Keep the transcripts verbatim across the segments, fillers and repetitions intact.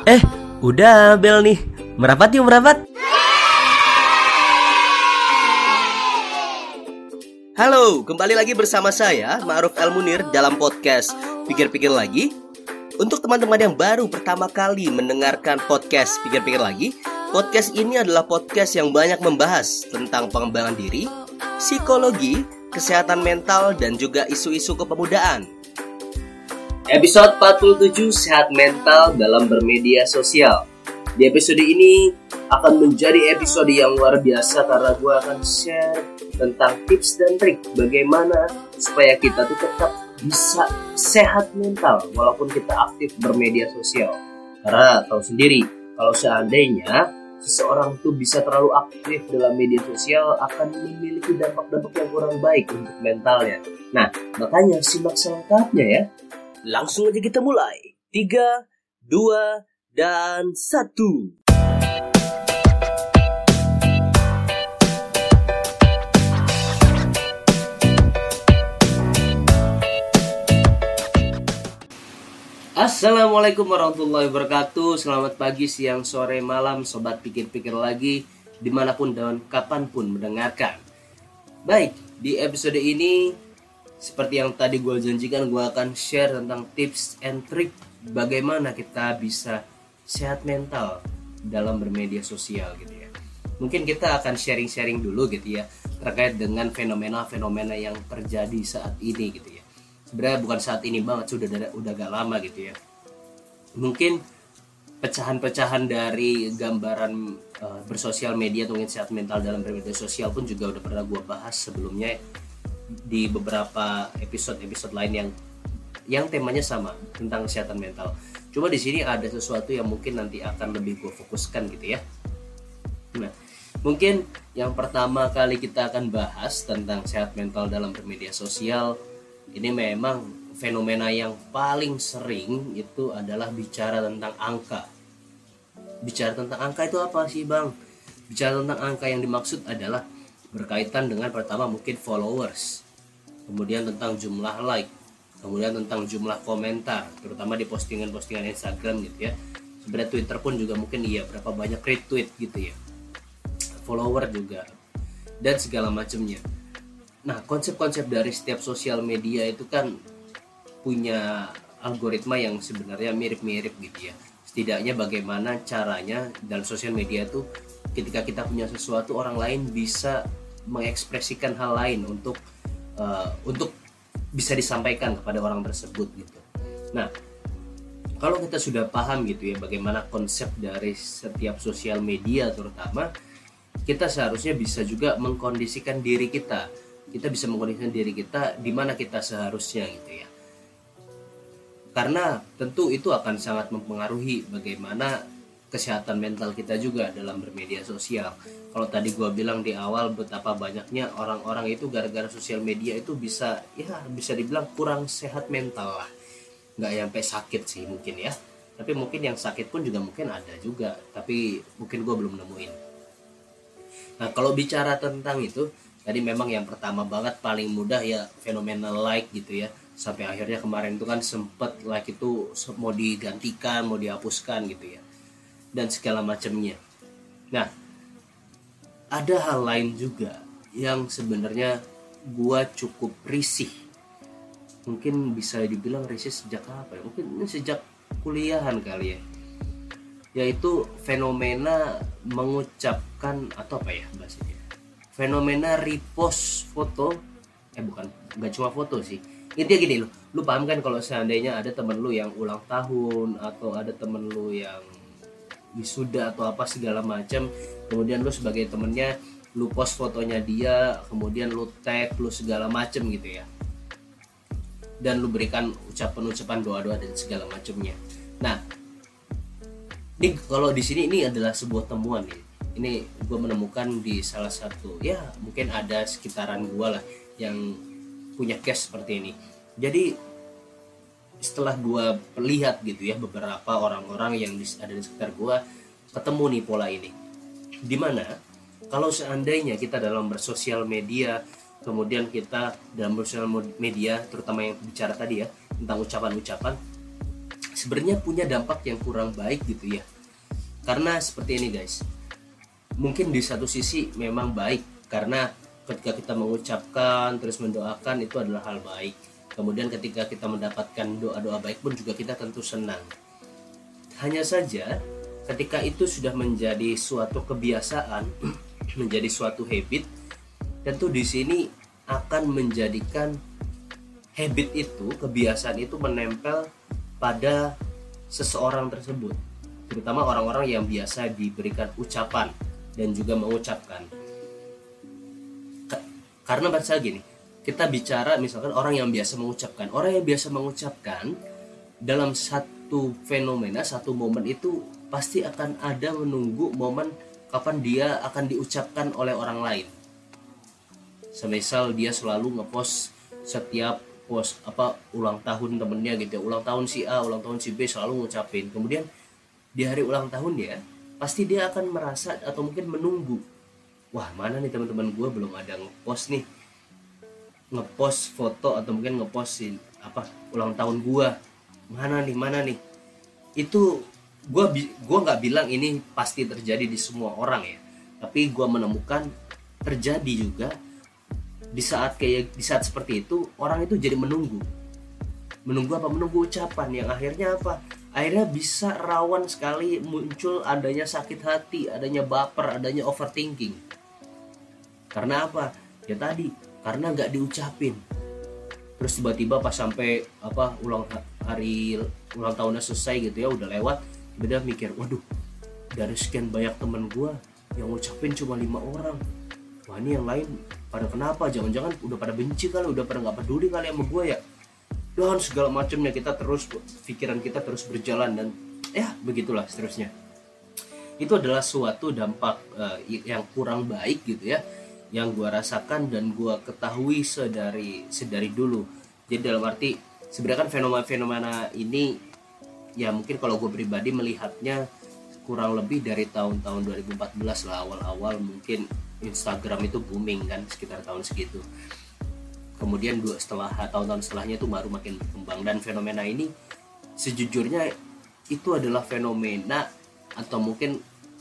Eh, udah bel nih. Merapat yuk merapat. Halo, kembali lagi bersama saya Ma'ruf Al-Munir dalam podcast Pikir-Pikir Lagi. Untuk teman-teman yang baru pertama kali mendengarkan podcast Pikir-Pikir Lagi, podcast ini adalah podcast yang banyak membahas tentang pengembangan diri, psikologi, kesehatan mental, dan juga isu-isu kepemudaan. Episode empat puluh tujuh, Sehat Mental dalam Bermedia Sosial. Di episode ini akan menjadi episode yang luar biasa karena gue akan share tentang tips dan trik bagaimana supaya kita tuh tetap bisa sehat mental walaupun kita aktif bermedia sosial. Karena tahu sendiri, kalau seandainya seseorang tuh bisa terlalu aktif dalam media sosial akan memiliki dampak-dampak yang kurang baik untuk mentalnya. Nah, makanya simak selengkapnya ya. Langsung aja kita mulai. Tiga, dua, dan satu. Assalamualaikum warahmatullahi wabarakatuh. Selamat pagi, siang, sore, malam, sobat pikir-pikir lagi dimanapun dan kapanpun mendengarkan. Baik, di episode ini seperti yang tadi gue janjikan, gue akan share tentang tips and trick bagaimana kita bisa sehat mental dalam bermedia sosial gitu ya. Mungkin kita akan sharing-sharing dulu gitu ya terkait dengan fenomena-fenomena yang terjadi saat ini gitu ya. Sebenarnya bukan saat ini banget, sudah udah agak lama gitu ya. Mungkin pecahan-pecahan dari gambaran uh, bersosial media atau sehat mental dalam bermedia sosial pun juga udah pernah gue bahas sebelumnya di beberapa episode-episode lain yang yang temanya sama tentang kesehatan mental. Cuma di sini ada sesuatu yang mungkin nanti akan lebih gue fokuskan gitu ya. Nah, mungkin yang pertama kali kita akan bahas tentang sehat mental dalam bermedia sosial. Ini memang fenomena yang paling sering itu adalah bicara tentang angka. Bicara tentang angka itu apa sih Bang? Bicara tentang angka yang dimaksud adalah berkaitan dengan pertama mungkin followers, kemudian tentang jumlah like, kemudian tentang jumlah komentar, terutama di postingan-postingan Instagram gitu ya. Sebenarnya Twitter pun juga mungkin iya, berapa banyak retweet gitu ya, follower juga, dan segala macamnya. Nah, konsep-konsep dari setiap sosial media itu kan punya algoritma yang sebenarnya mirip-mirip gitu ya. Setidaknya bagaimana caranya dalam sosial media itu ketika kita punya sesuatu, orang lain bisa mengekspresikan hal lain untuk uh, untuk bisa disampaikan kepada orang tersebut gitu. Nah, kalau kita sudah paham gitu ya bagaimana konsep dari setiap sosial media terutama, kita seharusnya bisa juga mengkondisikan diri kita. Kita bisa mengkondisikan diri kita di mana kita seharusnya gitu ya. Karena tentu itu akan sangat mempengaruhi bagaimana kesehatan mental kita juga dalam bermedia sosial. Kalau tadi gue bilang di awal betapa banyaknya orang-orang itu gara-gara sosial media itu bisa ya bisa dibilang kurang sehat mental lah. Nggak sampai sakit sih mungkin ya. Tapi mungkin yang sakit pun juga mungkin ada juga. Tapi mungkin gue belum nemuin. Nah, kalau bicara tentang itu, tadi memang yang pertama banget paling mudah ya fenomena like gitu ya. Sampai akhirnya kemarin itu kan sempet like itu mau digantikan, mau dihapuskan gitu ya, dan segala macamnya. Nah, ada hal lain juga yang sebenarnya gua cukup risih. Mungkin bisa dibilang risih sejak apa ya? Mungkin sejak kuliahan kali ya. Yaitu fenomena mengucapkan atau apa ya bahasanya? Fenomena repost foto. Eh bukan, enggak cuma foto sih. Intinya gini loh, lu paham kan kalau seandainya ada temen lu yang ulang tahun atau ada temen lu yang wisuda atau apa segala macam, kemudian lu sebagai temennya lu post fotonya dia, kemudian lu tag lu segala macam gitu ya, dan lu berikan ucapan-ucapan doa-doa dan segala macamnya. Nah, ini kalau di sini ini adalah sebuah temuan nih. Ini gue menemukan di salah satu ya mungkin ada sekitaran gue lah yang punya case seperti ini. Jadi setelah gue lihat gitu ya beberapa orang-orang yang ada di sekitar gue, ketemu nih pola ini. Dimana kalau seandainya kita dalam bersosial media, kemudian kita dalam bersosial media terutama yang bicara tadi ya tentang ucapan-ucapan, sebenarnya punya dampak yang kurang baik gitu ya. Karena seperti ini guys, mungkin di satu sisi memang baik karena ketika kita mengucapkan terus mendoakan itu adalah hal baik. Kemudian ketika kita mendapatkan doa-doa baik pun juga kita tentu senang. Hanya saja ketika itu sudah menjadi suatu kebiasaan, menjadi suatu habit, tentu di sini akan menjadikan habit itu, kebiasaan itu menempel pada seseorang tersebut, terutama orang-orang yang biasa diberikan ucapan dan juga mengucapkan. Karena bahasa gini, kita bicara misalkan orang yang biasa mengucapkan, orang yang biasa mengucapkan dalam satu fenomena, satu momen itu pasti akan ada menunggu momen kapan dia akan diucapkan oleh orang lain. Semisal dia selalu ngepost setiap post apa ulang tahun temennya gitu ya, ulang tahun si A, ulang tahun si B, selalu ngucapin. Kemudian di hari ulang tahun dia, pasti dia akan merasa atau mungkin menunggu, wah mana nih teman-teman gue belum ada ngepost nih, ngepost foto atau mungkin ngepostin apa ulang tahun gue, mana nih mana nih. Itu gue gue nggak bilang ini pasti terjadi di semua orang ya, tapi gue menemukan terjadi juga di saat kayak di saat seperti itu orang itu jadi menunggu menunggu apa menunggu ucapan yang akhirnya apa akhirnya bisa rawan sekali muncul adanya sakit hati, adanya baper, adanya overthinking. Karena apa ya tadi, karena nggak diucapin, terus tiba-tiba pas sampai apa ulang hari ulang tahunnya selesai gitu ya, udah lewat, tiba-tiba mikir, waduh dari sekian banyak temen gue yang ngucapin cuma lima orang, wah ini yang lain pada kenapa, jangan-jangan udah pada benci kali, udah pada nggak peduli kali sama gue ya, dan segala macamnya. Kita terus, pikiran kita terus berjalan dan ya begitulah seterusnya. Itu adalah suatu dampak uh, yang kurang baik gitu ya, yang gue rasakan dan gue ketahui sedari sedari dulu. Jadi dalam arti sebenarnya kan fenomena-fenomena ini ya mungkin kalau gue pribadi melihatnya kurang lebih dari tahun-tahun dua ribu empat belas lah, awal-awal mungkin Instagram itu booming kan sekitar tahun segitu. Kemudian dua setelah tahun-tahun setelahnya itu baru makin berkembang, dan fenomena ini sejujurnya itu adalah fenomena atau mungkin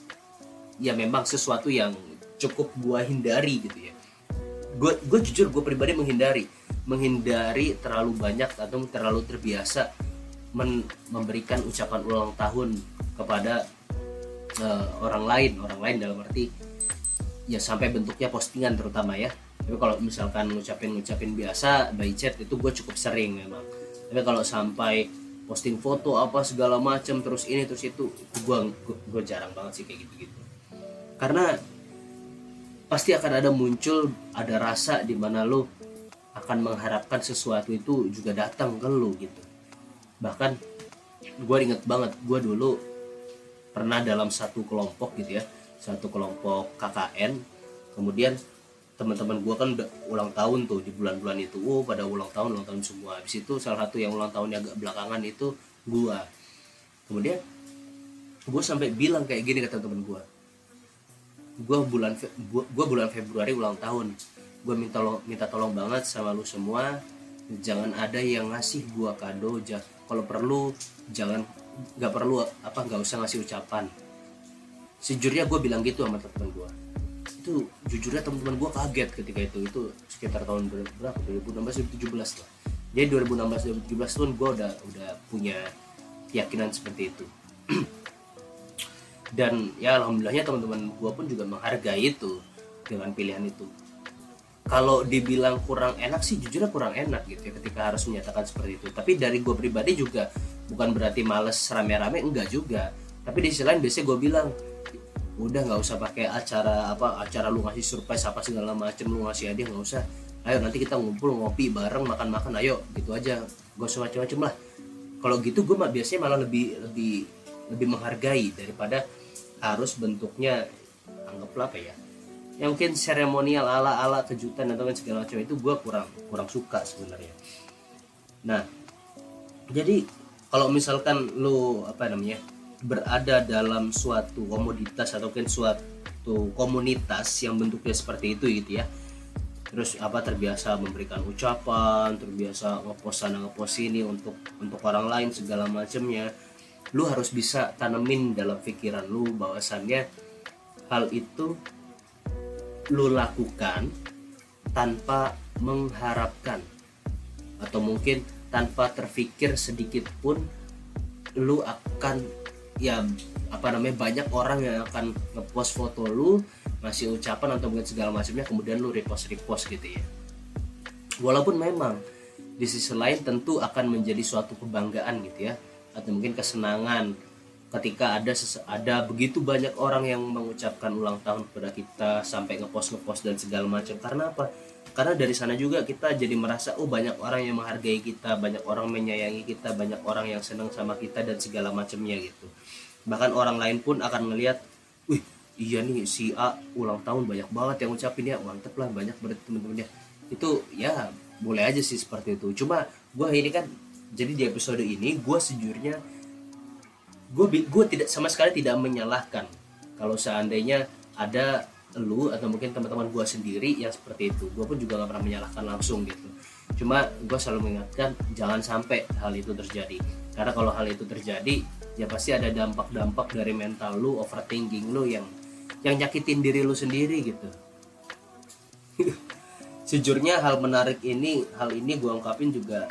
ya memang sesuatu yang cukup gue hindari gitu ya. Gue gue jujur gue pribadi menghindari menghindari terlalu banyak atau terlalu terbiasa men, memberikan ucapan ulang tahun kepada uh, orang lain orang lain dalam arti ya sampai bentuknya postingan terutama ya. Tapi kalau misalkan ngucapin-ngucapin biasa by chat itu gue cukup sering memang. Tapi kalau sampai posting foto apa segala macam terus ini terus itu, gue gue jarang banget sih kayak gitu-gitu. Karena pasti akan ada muncul ada rasa di mana lo akan mengharapkan sesuatu itu juga datang ke lo gitu. Bahkan gue inget banget, gue dulu pernah dalam satu kelompok gitu ya, satu kelompok K K N. Kemudian teman-teman gue kan udah ulang tahun tuh di bulan-bulan itu, oh pada ulang tahun ulang tahun semua. Habis itu salah satu yang ulang tahunnya agak belakangan itu gue. Kemudian gue sampai bilang kayak gini ke teman-teman gue, gue bulan gue bulan Februari ulang tahun, gue minta tolong minta tolong banget sama lu semua, jangan ada yang ngasih gue kado, kalau perlu jangan, nggak perlu apa nggak usah ngasih ucapan. Sejujurnya gue bilang gitu sama teman-teman gue. Itu jujurnya teman-teman gue kaget ketika itu itu sekitar tahun berapa, dua ribu enam belas dua ribu tujuh belas lah. Jadi dua ribu enam belas dua ribu tujuh belas tuh gue udah udah punya keyakinan seperti itu. Dan ya alhamdulillahnya teman-teman gue pun juga menghargai itu dengan pilihan itu. Kalau dibilang kurang enak sih jujurnya kurang enak gitu ya ketika harus menyatakan seperti itu. Tapi dari gue pribadi juga bukan berarti males rame-rame, enggak juga. Tapi di sisi lain biasanya gue bilang, udah nggak usah pakai acara apa acara lu ngasih surprise apa segala macem, lu ngasih hadiah nggak usah. Ayo nanti kita ngumpul ngopi bareng makan-makan, ayo gitu aja, gak usah macem-macem lah. Kalau gitu gue biasanya malah lebih lebih lebih menghargai daripada harus bentuknya anggaplah apa ya, yang mungkin seremonial ala-ala kejutan atau kan segala macam, itu gue kurang kurang suka sebenarnya. Nah jadi kalau misalkan lu apa namanya berada dalam suatu komoditas atau kan suatu komunitas yang bentuknya seperti itu gitu ya, terus apa terbiasa memberikan ucapan, terbiasa ngepost sana ngepost sini untuk untuk orang lain segala macamnya. Lu harus bisa tanemin dalam pikiran lu bahwasannya hal itu lu lakukan tanpa mengharapkan atau mungkin tanpa terfikir sedikit pun lu akan ya apa namanya banyak orang yang akan ngepost foto lu, ngasih ucapan atau mungkin segala macamnya, kemudian lu repost repost gitu ya. Walaupun memang di sisi lain tentu akan menjadi suatu kebanggaan gitu ya, atau mungkin kesenangan ketika ada ada begitu banyak orang yang mengucapkan ulang tahun kepada kita sampai ngepost ngepost dan segala macam. Karena apa? Karena dari sana juga kita jadi merasa oh banyak orang yang menghargai kita, banyak orang menyayangi kita, banyak orang yang senang sama kita dan segala macamnya gitu. Bahkan orang lain pun akan ngelihat, wih iya nih si A ulang tahun banyak banget yang ngucapin ya, mantep lah banyak berarti temen-temennya. Itu ya boleh aja sih seperti itu. Cuma gue ini kan jadi di episode ini gue sejujurnya gue gue tidak sama sekali tidak menyalahkan kalau seandainya ada lu atau mungkin teman-teman gue sendiri yang seperti itu. Gue pun juga gak pernah menyalahkan langsung gitu. Cuma gue selalu mengingatkan jangan sampai hal itu terjadi. Karena kalau hal itu terjadi ya pasti ada dampak-dampak dari mental lu, overthinking lu yang yang nyakitin diri lu sendiri gitu. Sejujurnya hal menarik ini, hal ini gue ungkapin juga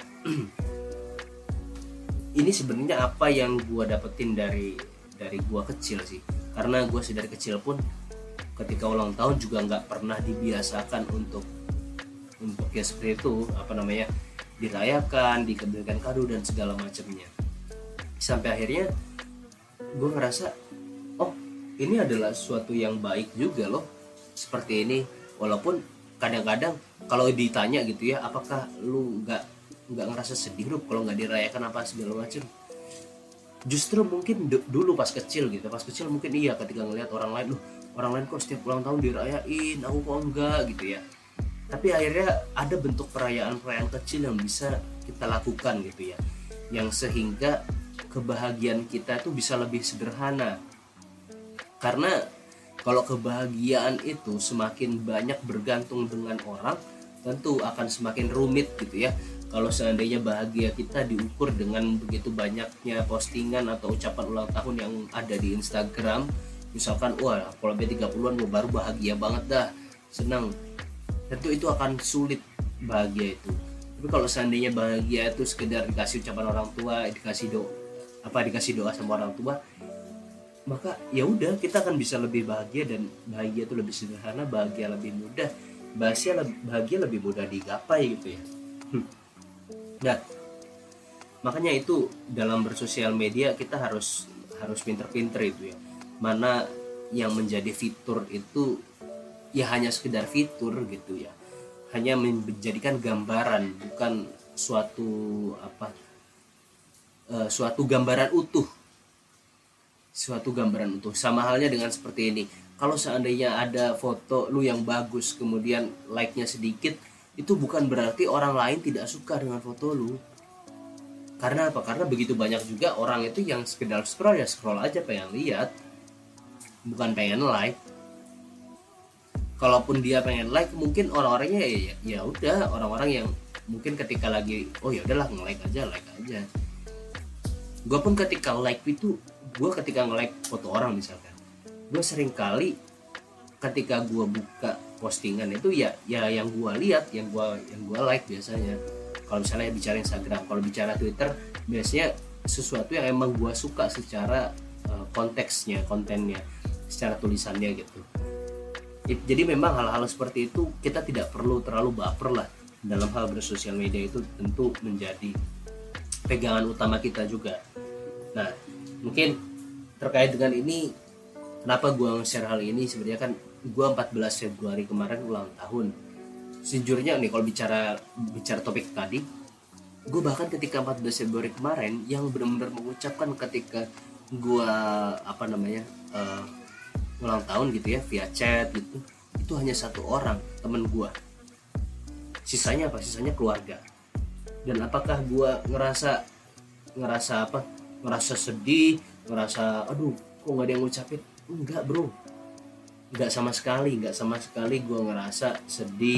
ini sebenarnya apa yang gue dapetin dari dari gue kecil sih. Karena gue sih dari kecil pun ketika ulang tahun juga nggak pernah dibiasakan untuk untuk ya seperti itu apa namanya dirayakan, diberikan kado dan segala macamnya. Sampai akhirnya gue ngerasa oh ini adalah suatu yang baik juga loh seperti ini. Walaupun kadang-kadang kalau ditanya gitu ya, apakah lu nggak nggak ngerasa sedih lu kalau nggak dirayakan apa segala macam? Justru mungkin d- dulu pas kecil gitu, pas kecil mungkin iya ketika ngelihat orang lain, loh orang lain kok setiap ulang tahun dirayain, aku kok enggak gitu ya. Tapi akhirnya ada bentuk perayaan-perayaan kecil yang bisa kita lakukan gitu ya, yang sehingga kebahagiaan kita tuh bisa lebih sederhana. Karena kalau kebahagiaan itu semakin banyak bergantung dengan orang, tentu akan semakin rumit gitu ya. Kalau seandainya bahagia kita diukur dengan begitu banyaknya postingan atau ucapan ulang tahun yang ada di Instagram, misalkan wah kalau B tiga puluhan gue baru bahagia banget dah, senang, tentu itu akan sulit bahagia itu. Tapi kalau seandainya bahagia itu sekedar dikasih ucapan orang tua, dikasih doa apa dikasih doa sama orang tua, maka ya udah kita akan bisa lebih bahagia, dan bahagia itu lebih sederhana, bahagia lebih mudah, bahagia lebih, bahagia lebih mudah digapai gitu ya. Hmm. Nah, makanya itu dalam bersosial media kita harus harus pinter-pinter itu ya. Mana yang menjadi fitur itu ya hanya sekedar fitur gitu ya. Hanya menjadikan gambaran, bukan suatu apa uh, suatu gambaran utuh. Suatu gambaran utuh. Sama halnya dengan seperti ini. Kalau seandainya ada foto lu yang bagus kemudian like-nya sedikit, itu bukan berarti orang lain tidak suka dengan foto lu. Karena apa? Karena begitu banyak juga orang itu yang sekedar scroll ya scroll aja pengen lihat, bukan pengen like. Kalaupun dia pengen like, mungkin orang-orangnya ya ya udah orang-orang yang mungkin ketika lagi oh ya udahlah nge-like aja, like aja. Gue pun ketika like itu, gue ketika nge-like foto orang misalkan, gue sering kali ketika gue buka postingan itu ya ya yang gue lihat, yang gue yang gue like biasanya. Kalau misalnya bicara Instagram, kalau bicara Twitter biasanya sesuatu yang emang gue suka secara uh, konteksnya, kontennya, secara tulisannya gitu. Jadi memang hal-hal seperti itu kita tidak perlu terlalu baper lah dalam hal bersosial media. Itu tentu menjadi pegangan utama kita juga. Nah mungkin terkait dengan ini, kenapa gue nge-share hal ini, sebenarnya kan gue empat belas Februari kemarin ulang tahun. Sejujurnya nih kalau bicara bicara topik tadi, gue bahkan ketika empat belas Februari kemarin yang benar-benar mengucapkan ketika gue apa namanya uh, ulang tahun gitu ya via chat gitu, itu hanya satu orang, temen gue. Sisanya apa? Sisanya keluarga. Dan apakah gue ngerasa ngerasa apa? Ngerasa sedih, ngerasa aduh kok nggak ada yang ngucapin? Enggak bro, nggak sama sekali, nggak sama sekali gue ngerasa sedih,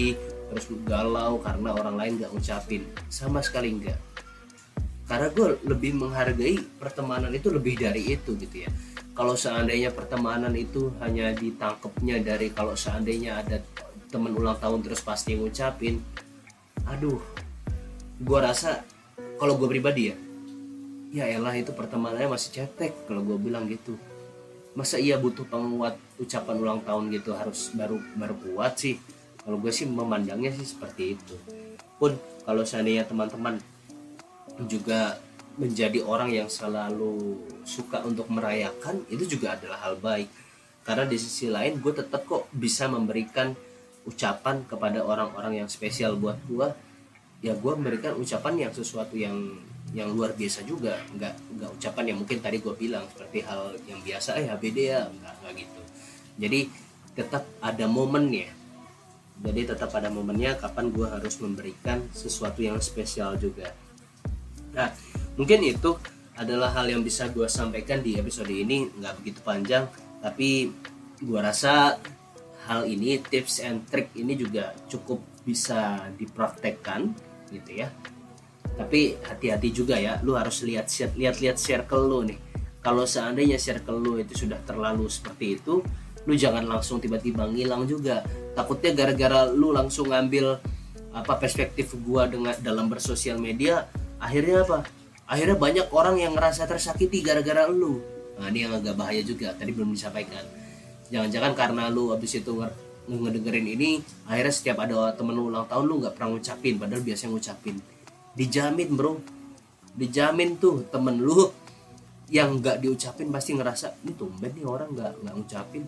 terus galau karena orang lain gak ngucapin. Sama sekali enggak. Karena gue lebih menghargai pertemanan itu lebih dari itu gitu ya. Kalau seandainya pertemanan itu hanya ditangkepnya dari kalau seandainya ada temen ulang tahun terus pasti ngucapin, aduh, gue rasa kalau gue pribadi ya, ya elah itu pertemanannya masih cetek kalau gue bilang gitu. Masa iya butuh penguat ucapan ulang tahun gitu harus baru baru kuat sih? Kalau gue sih memandangnya sih seperti itu. Pun kalau seandainya teman-teman juga menjadi orang yang selalu suka untuk merayakan, itu juga adalah hal baik. Karena di sisi lain gue tetap kok bisa memberikan ucapan kepada orang-orang yang spesial buat gue. Ya gue memberikan ucapan yang sesuatu yang yang luar biasa juga, nggak nggak ucapan yang mungkin tadi gue bilang seperti hal yang biasa eh H B D ya, nggak nggak gitu. Jadi tetap ada momennya. Jadi tetap ada momennya kapan gue harus memberikan sesuatu yang spesial juga. Nah, mungkin itu adalah hal yang bisa gue sampaikan di episode ini, nggak begitu panjang, tapi gue rasa hal ini, tips and trick ini juga cukup bisa dipraktekkan gitu ya. Tapi hati-hati juga ya, lu harus lihat lihat-lihat circle lu nih. Kalau seandainya circle lu itu sudah terlalu seperti itu, lu jangan langsung tiba-tiba ngilang juga. Takutnya gara-gara lu langsung ngambil apa perspektif gua dengan dalam bersosial media, akhirnya apa? Akhirnya banyak orang yang ngerasa tersakiti gara-gara lu. Nah, ini yang agak bahaya juga, tadi belum disampaikan. Jangan-jangan karena lu habis itu ngedengerin ini, akhirnya setiap ada temen lu ulang tahun lu nggak pernah ngucapin, padahal biasanya ngucapin. Dijamin bro, dijamin tuh temen lu yang nggak diucapin pasti ngerasa ini tumben nih orang nggak nggak ngucapin,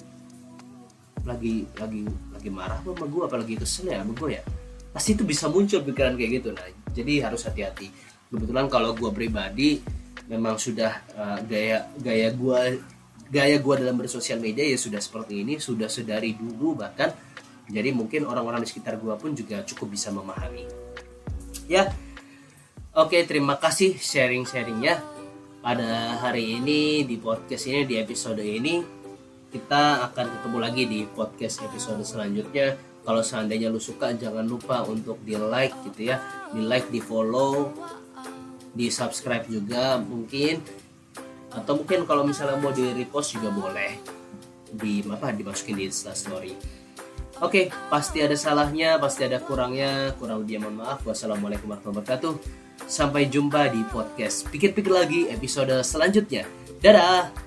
lagi lagi lagi marah sama gue, apalagi kesel ya sama gue ya, pasti itu bisa muncul pikiran kayak gitu. Nah jadi harus hati-hati. Kebetulan kalau gue pribadi memang sudah uh, gaya gaya gue gaya gue dalam bersosial media ya sudah seperti ini, sudah sedari dulu bahkan. Jadi mungkin orang-orang di sekitar gue pun juga cukup bisa memahami. Ya. Oke, terima kasih sharing-sharingnya pada hari ini di podcast ini, di episode ini. Kita akan ketemu lagi di podcast episode selanjutnya. Kalau seandainya lu suka, jangan lupa untuk di like gitu ya, di like, di follow, di subscribe juga mungkin, atau mungkin kalau misalnya mau di repost juga boleh, di apa dimasukin di Instastory. Oke, pasti ada salahnya, pasti ada kurangnya, kurang lebihnya mohon maaf. Wassalamualaikum warahmatullahi wabarakatuh. Sampai jumpa di podcast Pikir-pikir lagi episode selanjutnya. Dadah.